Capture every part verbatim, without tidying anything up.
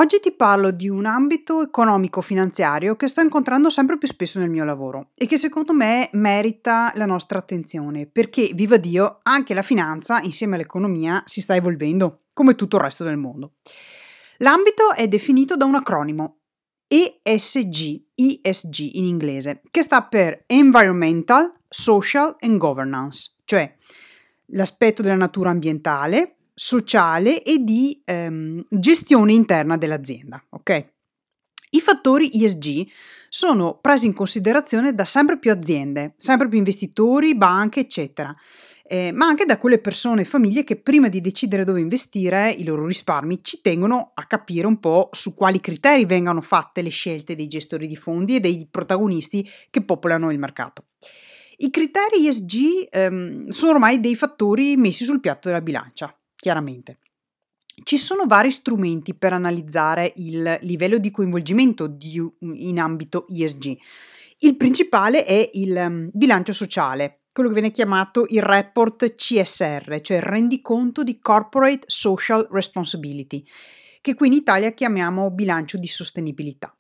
Oggi ti parlo di un ambito economico-finanziario che sto incontrando sempre più spesso nel mio lavoro e che secondo me merita la nostra attenzione perché, viva Dio, anche la finanza insieme all'economia si sta evolvendo, come tutto il resto del mondo. L'ambito è definito da un acronimo E S G, E S G in inglese, che sta per Environmental, Social and Governance, cioè l'aspetto della natura ambientale, sociale e di ehm, gestione interna dell'azienda. Ok? I fattori E S G sono presi in considerazione da sempre più aziende, sempre più investitori, banche, eccetera, eh, ma anche da quelle persone e famiglie che prima di decidere dove investire i loro risparmi ci tengono a capire un po' su quali criteri vengano fatte le scelte dei gestori di fondi e dei protagonisti che popolano il mercato. I criteri E S G ehm, sono ormai dei fattori messi sul piatto della bilancia, chiaramente. Ci sono vari strumenti per analizzare il livello di coinvolgimento di, in ambito E S G. Il principale è il um, bilancio sociale, quello che viene chiamato il report C S R, cioè il rendiconto di Corporate Social Responsibility, che qui in Italia chiamiamo bilancio di sostenibilità.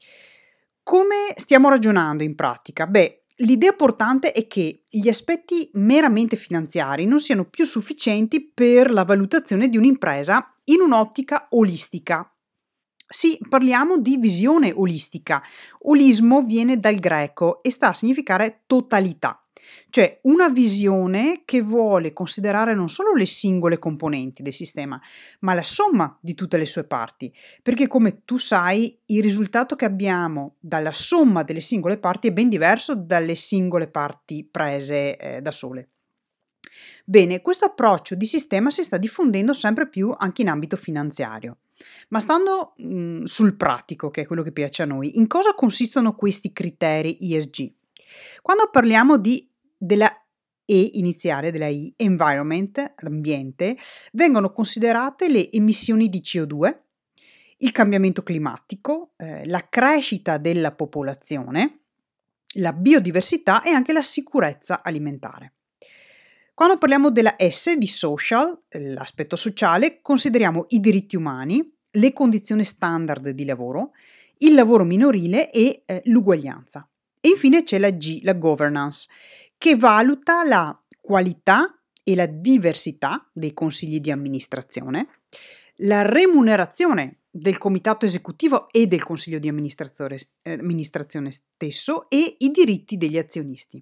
Come stiamo ragionando in pratica? Beh, l'idea portante è che gli aspetti meramente finanziari non siano più sufficienti per la valutazione di un'impresa in un'ottica olistica. Sì, parliamo di visione olistica. Olismo viene dal greco e sta a significare totalità, cioè una visione che vuole considerare non solo le singole componenti del sistema, ma la somma di tutte le sue parti, perché come tu sai, il risultato che abbiamo dalla somma delle singole parti è ben diverso dalle singole parti prese eh, da sole. Bene, questo approccio di sistema si sta diffondendo sempre più anche in ambito finanziario. Ma stando mh, sul pratico, che è quello che piace a noi, in cosa consistono questi criteri E S G? Quando parliamo di, della E iniziale, della I, environment, l'ambiente, vengono considerate le emissioni di C O due, il cambiamento climatico, eh, la crescita della popolazione, la biodiversità e anche la sicurezza alimentare. Quando parliamo della S di social, l'aspetto sociale, consideriamo i diritti umani, le condizioni standard di lavoro, il lavoro minorile e eh, l'uguaglianza. E infine c'è la G, la governance, che valuta la qualità e la diversità dei consigli di amministrazione, la remunerazione del comitato esecutivo e del consiglio di amministrazione, eh, amministrazione stesso e i diritti degli azionisti.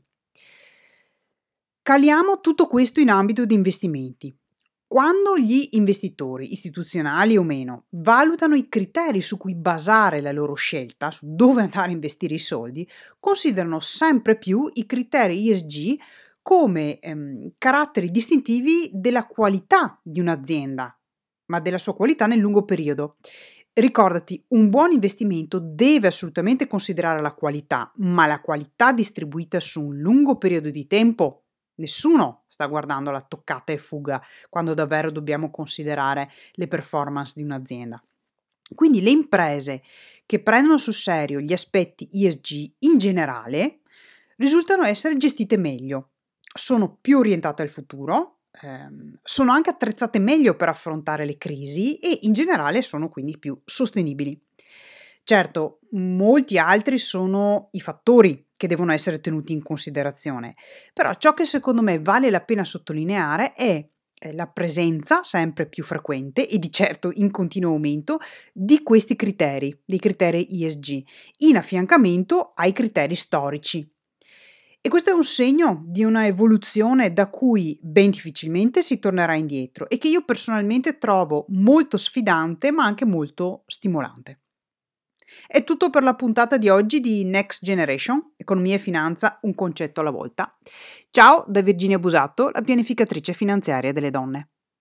Caliamo tutto questo in ambito di investimenti. Quando gli investitori, istituzionali o meno, valutano i criteri su cui basare la loro scelta, su dove andare a investire i soldi, considerano sempre più i criteri E S G come ehm, caratteri distintivi della qualità di un'azienda, ma della sua qualità nel lungo periodo. Ricordati, un buon investimento deve assolutamente considerare la qualità, ma la qualità distribuita su un lungo periodo di tempo. Nessuno sta guardando la toccata e fuga quando davvero dobbiamo considerare le performance di un'azienda. Quindi le imprese che prendono sul serio gli aspetti E S G in generale risultano essere gestite meglio, sono più orientate al futuro, ehm, sono anche attrezzate meglio per affrontare le crisi e in generale sono quindi più sostenibili. Certo, molti altri sono i fattori che devono essere tenuti in considerazione, però ciò che secondo me vale la pena sottolineare è la presenza sempre più frequente e di certo in continuo aumento di questi criteri, dei criteri E S G, in affiancamento ai criteri storici. E questo è un segno di una evoluzione da cui ben difficilmente si tornerà indietro e che io personalmente trovo molto sfidante ma anche molto stimolante. È tutto per la puntata di oggi di Next Generation, Economia e Finanza, un concetto alla volta. Ciao da Virginia Busato, la pianificatrice finanziaria delle donne.